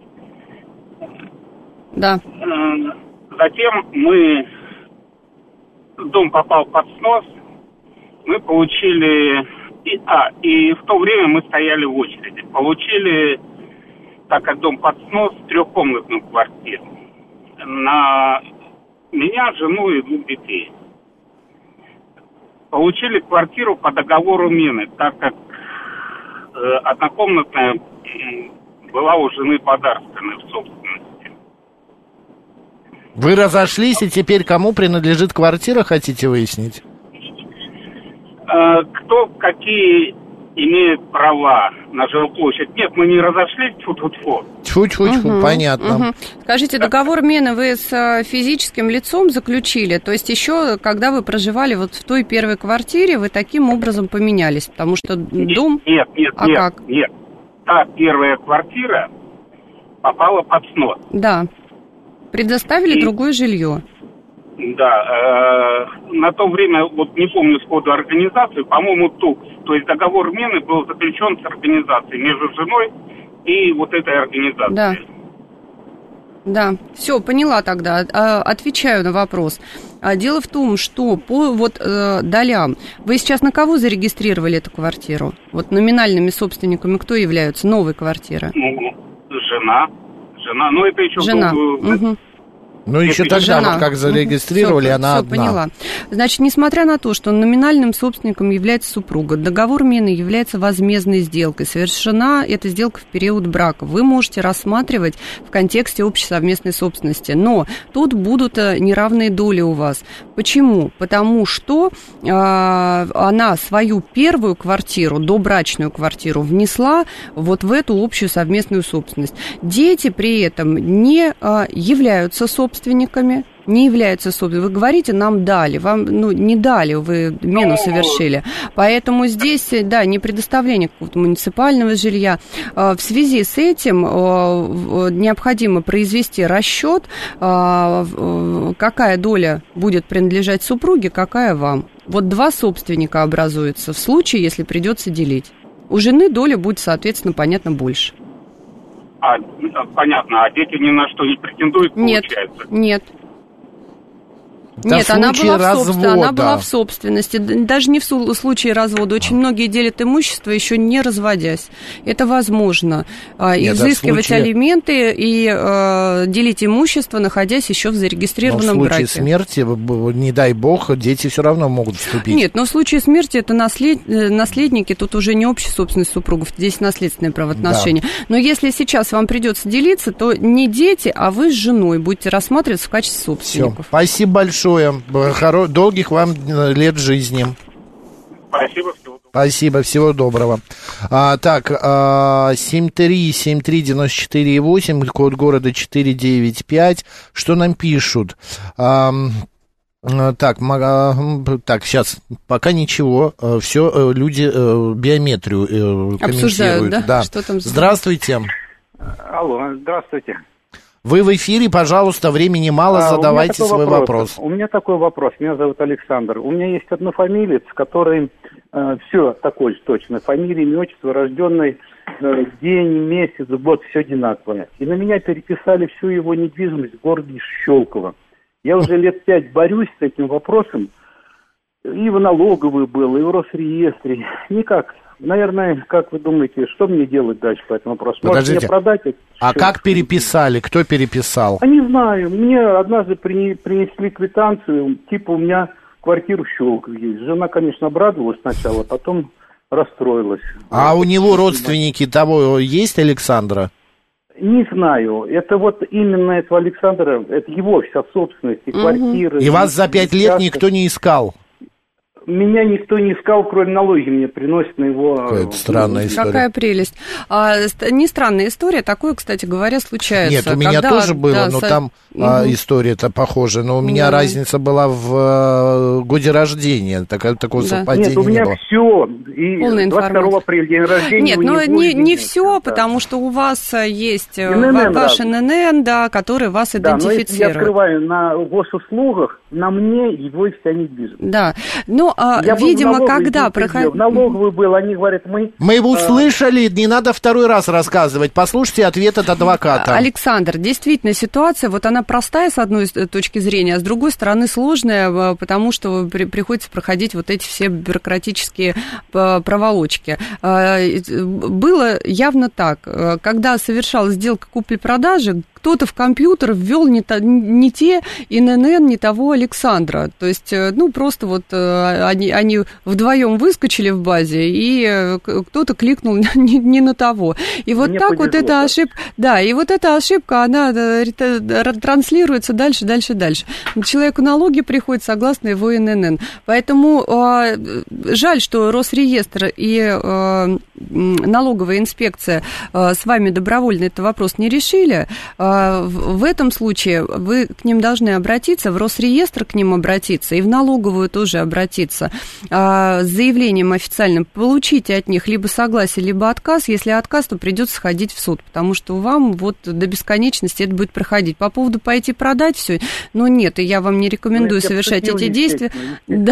Да. Затем мы, дом попал под снос, мы получили... И, а, и в то время мы стояли в очереди. Получили, так как дом под снос, трехкомнатную квартиру. На меня, жену и двух детей. Получили квартиру по договору мены, так как э, однокомнатная э, была у жены подарственная в собственности. Вы разошлись, и теперь кому принадлежит квартира, хотите выяснить? Кто какие имеет права на жилплощадь? Нет, мы не разошлись, тьфу-тьфу-тьфу. Тьфу-тьфу-тьфу, угу, понятно. Угу. Скажите, договор мены вы с физическим лицом заключили? То есть еще, когда вы проживали вот в той первой квартире, вы таким образом поменялись? Потому что дом... Нет, нет, а нет, как? нет. Та первая квартира попала под снос. Да. Предоставили И... другое жилье. Да, э, на то время, вот не помню сходу организации, по-моему, ТУКС, то есть договор мены был заключен с организацией между женой и вот этой организацией. Да. Да, все, поняла тогда, отвечаю на вопрос. Дело в том, что по вот э, долям, вы сейчас на кого зарегистрировали эту квартиру? Вот номинальными собственниками кто являются новой квартиры? Ну, жена, жена, ну это еще... Жена, был, угу. Ну, еще тогда, жена. вот как зарегистрировали, все, она все, одна. Поняла. Значит, несмотря на то, что номинальным собственником является супруга, договор мены является возмездной сделкой. Совершена эта сделка в период брака. Вы можете рассматривать в контексте общей совместной собственности. Но тут будут неравные доли у вас. Почему? Потому что э, она свою первую квартиру, добрачную квартиру, внесла вот в эту общую совместную собственность. Дети при этом не э, являются собственниками. не является собственностью. Вы говорите, нам дали, вам, ну, не дали, вы мену совершили. Поэтому здесь, да, не предоставление какого-то муниципального жилья. В связи с этим необходимо произвести расчет, какая доля будет принадлежать супруге, какая вам. Вот два собственника образуются в случае, если придется делить. У жены доля будет, соответственно, понятно, больше. А, понятно, а дети ни на что не претендуют, нет, получается? Нет, Да, Нет, она была, развода. в она была в собственности. Даже не в случае развода. Очень а. многие делят имущество, еще не разводясь. Это возможно. Нет, изыскивать случае... алименты и э, делить имущество, находясь еще в зарегистрированном браке. Но в случае браке. смерти, не дай бог, дети все равно могут вступить. Нет, но в случае смерти это наслед... наследники, тут уже не общая собственность супругов, здесь наследственные правоотношения. Да. Но если сейчас вам придется делиться, то не дети, а вы с женой будете рассматриваться в качестве собственников. Все. Спасибо большое. Долгих вам лет жизни. Спасибо, всего доброго. Спасибо, всего доброго. А, так, а, семь три семь три девяносто четыре восемь, код города четыре девять пять. Что нам пишут? А, так, а, так, сейчас, пока ничего. Все, люди биометрию обсуждают, да? Да. Что там? Здравствуйте. Алло, здравствуйте. Вы в эфире, пожалуйста, времени мало, а, задавайте свой вопрос. вопрос. У меня такой вопрос, меня зовут Александр. У меня есть однофамилец, который э, все такой же точно, фамилия, имя, отчество, рожденный, э, день, месяц, год, все одинаковое. И на меня переписали всю его недвижимость в городе Щелково. Я уже лет пять борюсь с этим вопросом, и в налоговой был, и в Росреестре, никак. Наверное, как вы думаете, что мне делать дальше по этому вопросу? Подождите, может, мне продать это? А что? Как переписали? Кто переписал? А не знаю. Мне однажды принесли квитанцию, типа у меня квартира в Щелково есть. Жена, конечно, обрадовалась сначала, потом расстроилась. А у него родственники того есть, Александра? Не знаю. Это вот именно этого Александра, это его вся собственность, и квартира. И вас за пять лет никто не искал? Меня никто не искал, кроме налоги мне приносят на его... Это странная история. Какая прелесть. А, не странная история, такое, кстати говоря, случается. Нет, у меня когда, тоже было, да, но со... там угу. а, история-то похожая. Но у меня да. разница была в а, годе рождения. Так, такого да. совпадения Нет, у меня не было. все. И двадцать второго апреля день рождения. Нет, но не, не все, да. потому что у вас есть эн-эн-эн, ваш да. эн-эн-эн, да, который вас да, идентифицирует. Но если я открываю на госуслугах, на мне его и вся недвижимость. Да, ну, а, видимо, когда проходил... В налоговый был, они говорят, мы... Мы его услышали, не надо второй раз рассказывать. Послушайте ответ от адвоката. Александр, действительно, ситуация, вот она простая с одной точки зрения, а с другой стороны сложная, потому что при, приходится проходить вот эти все бюрократические проволочки. Было явно так, когда совершалась сделка купли-продажи, кто-то в компьютер ввел не, то, не те эн-эн-эн, не того Александра. То есть, ну, просто вот они, они вдвоем выскочили в базе, и кто-то кликнул не, не на того. И вот Мне так повезло, вот эта да. ошибка... Да, и вот эта ошибка, она транслируется дальше, дальше, дальше. Человеку налоги приходят согласно его эн-эн-эн. Поэтому э, жаль, что Росреестр и э, налоговая инспекция э, с вами добровольно этот вопрос не решили. В этом случае вы к ним должны обратиться, в Росреестр к ним обратиться и в налоговую тоже обратиться с заявлением официальным. Получите от них либо согласие, либо отказ. Если отказ, то придется сходить в суд, потому что вам вот до бесконечности это будет проходить. По поводу пойти продать все, но нет, и я вам не рекомендую совершать эти действия. Да,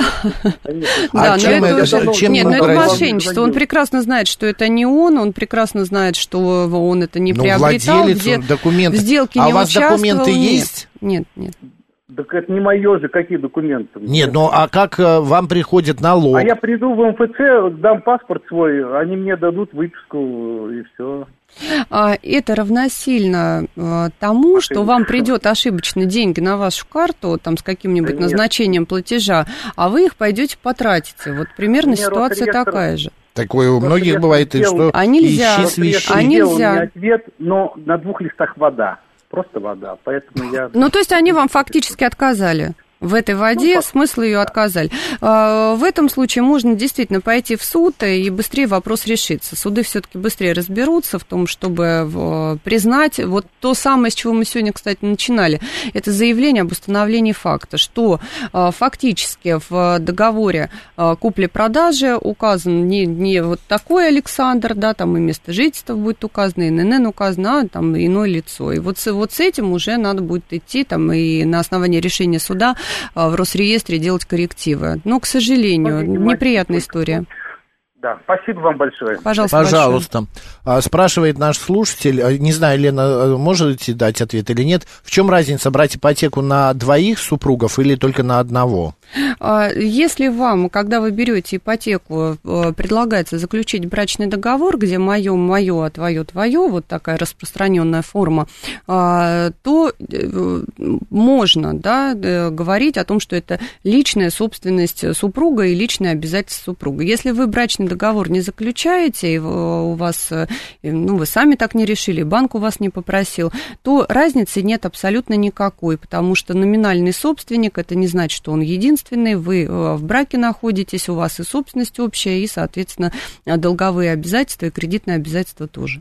а чем это? Нет, но это мошенничество. Он прекрасно знает, что это не он, он прекрасно знает, что он это не приобретал. Владелец документов. Сделки а не у вас документы нет. есть? Нет, нет. Так это не мое же, какие документы? Нет, ну а как э, вам приходит налог? А я приду в эм эф цэ, дам паспорт свой, они мне дадут выписку, и все. Это равносильно тому, что вам придет ошибочно деньги на вашу карту, там с каким-нибудь да назначением нет. платежа, а вы их пойдете потратите. Вот примерно ситуация такая же. Такое у многих бывает, и что а нельзя, ищи свищи. А нельзя. У меня ответ, но на двух листах вода. Просто вода, поэтому я... Ну, то есть они вам фактически отказали? В этой воде ну, смысл ее отказали. В этом случае можно действительно пойти в суд, и быстрее вопрос решится. Суды все-таки быстрее разберутся в том, чтобы признать вот то самое, с чего мы сегодня, кстати, начинали. Это заявление об установлении факта, что фактически в договоре купли-продажи указан не, не вот такой Александр, да, там и место жительства будет указано, и эн эн эн указано, а там иное лицо. И вот с, вот с этим уже надо будет идти там и на основании решения суда в Росреестре делать коррективы. Но, к сожалению, Смотрите, неприятная история. Да, спасибо вам большое. Пожалуйста. Пожалуйста. Большое. Спрашивает наш слушатель, не знаю, Лена, можете дать ответ или нет, в чем разница, брать ипотеку на двоих супругов или только на одного? Если вам, когда вы берете ипотеку, предлагается заключить брачный договор, где мое, мое, а твое, твое, вот такая распространенная форма, то можно, да, говорить о том, что это личная собственность супруга и личное обязательство супруга. Если вы брачный договор не заключаете, и у вас, ну, вы сами так не решили, банк у вас не попросил, то разницы нет абсолютно никакой, потому что номинальный собственник, это не значит, что он единственный, вы в браке находитесь, у вас и собственность общая, и, соответственно, долговые обязательства и кредитные обязательства тоже.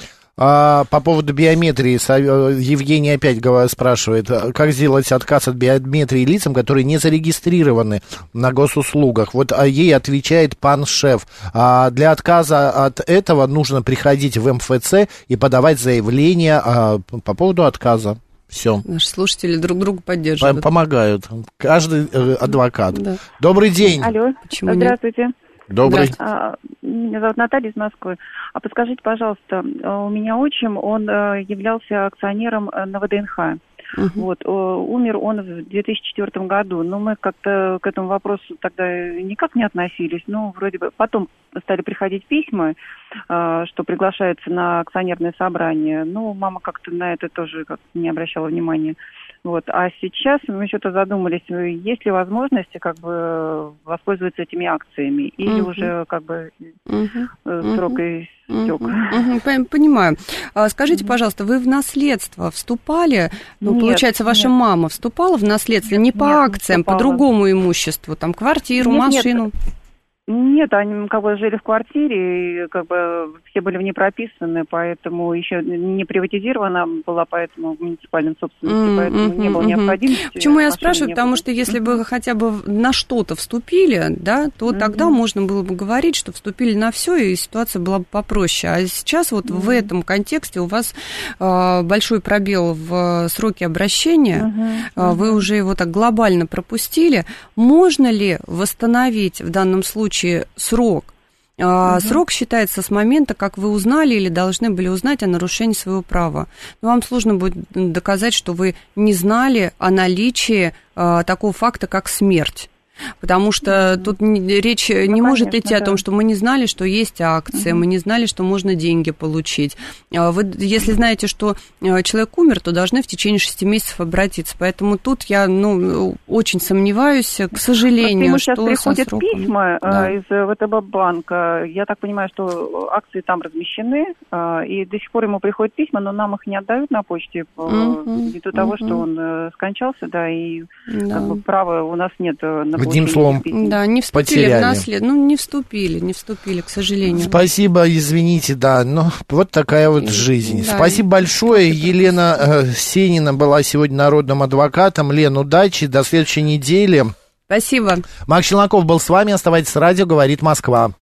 А, по поводу биометрии, Евгений опять спрашивает, как сделать отказ от биометрии лицам, которые не зарегистрированы на госуслугах? Вот ей отвечает пан шеф. А для отказа от этого нужно приходить в эм эф цэ и подавать заявление а, по поводу отказа. Все. Наши слушатели друг друга поддерживают. Помогают. Каждый э, адвокат. Да. Добрый день. Алло. Почему Здравствуйте. Нет? Добрый. А, меня зовут Наталья из Москвы. А подскажите, пожалуйста, у меня отчим, он являлся акционером на вэ дэ эн ха. Uh-huh. Вот, умер он в две тысячи четвёртом году, но мы как-то к этому вопросу тогда никак не относились. Ну, вроде бы потом стали приходить письма, что приглашается на акционерное собрание. Ну, мама как-то на это тоже как-то не обращала внимания. Вот. А сейчас мы что-то задумались, есть ли возможности как бы воспользоваться этими акциями, или uh-huh. уже как бы uh-huh. срок истек. Uh-huh. Uh-huh. Понимаю. Скажите, uh-huh. пожалуйста, вы в наследство вступали? Ну, нет, получается, ваша нет. мама вступала в наследство не по нет, акциям, по другому имуществу, там, квартиру, нет, машину? Нет. Нет, они как бы жили в квартире, и как бы все были в ней прописаны, поэтому еще не приватизирована была, поэтому в муниципальном собственности, mm-hmm, поэтому mm-hmm, не было необходимости. Почему я спрашиваю? Потому что если бы хотя бы на что-то вступили, да, то mm-hmm. тогда можно было бы говорить, что вступили на все, и ситуация была бы попроще. А сейчас вот mm-hmm. в этом контексте у вас э, большой пробел в сроке обращения, mm-hmm. Mm-hmm. вы уже его так глобально пропустили. Можно ли восстановить в данном случае срок? Uh-huh. Срок считается с момента, как вы узнали или должны были узнать о нарушении своего права. Но вам сложно будет доказать, что вы не знали о наличии uh, такого факта, как смерть. Потому что mm-hmm. тут речь ну, не конечно, может идти да. о том, что мы не знали, что есть акция, mm-hmm. мы не знали, что можно деньги получить. Вы, если знаете, что человек умер, то должны в течение шести месяцев обратиться. Поэтому тут я ну, очень сомневаюсь, к сожалению, ему что сейчас приходят сроком... письма да. из вэ тэ бэ банка. Я так понимаю, что акции там размещены, и до сих пор ему приходят письма, но нам их не отдают на почте mm-hmm. ввиду mm-hmm. того, что он скончался, да, и да. Как бы, права у нас нет на Одним словом, да, не вступили потеряли. в наследство. Ну, не вступили, не вступили, к сожалению. Спасибо, извините, да, но вот такая вот жизнь. Да. Спасибо большое. Елена э, Сенина была сегодня народным адвокатом. Лен, удачи, до следующей недели. Спасибо. Макс Челноков был с вами. Оставайтесь с радио, говорит Москва.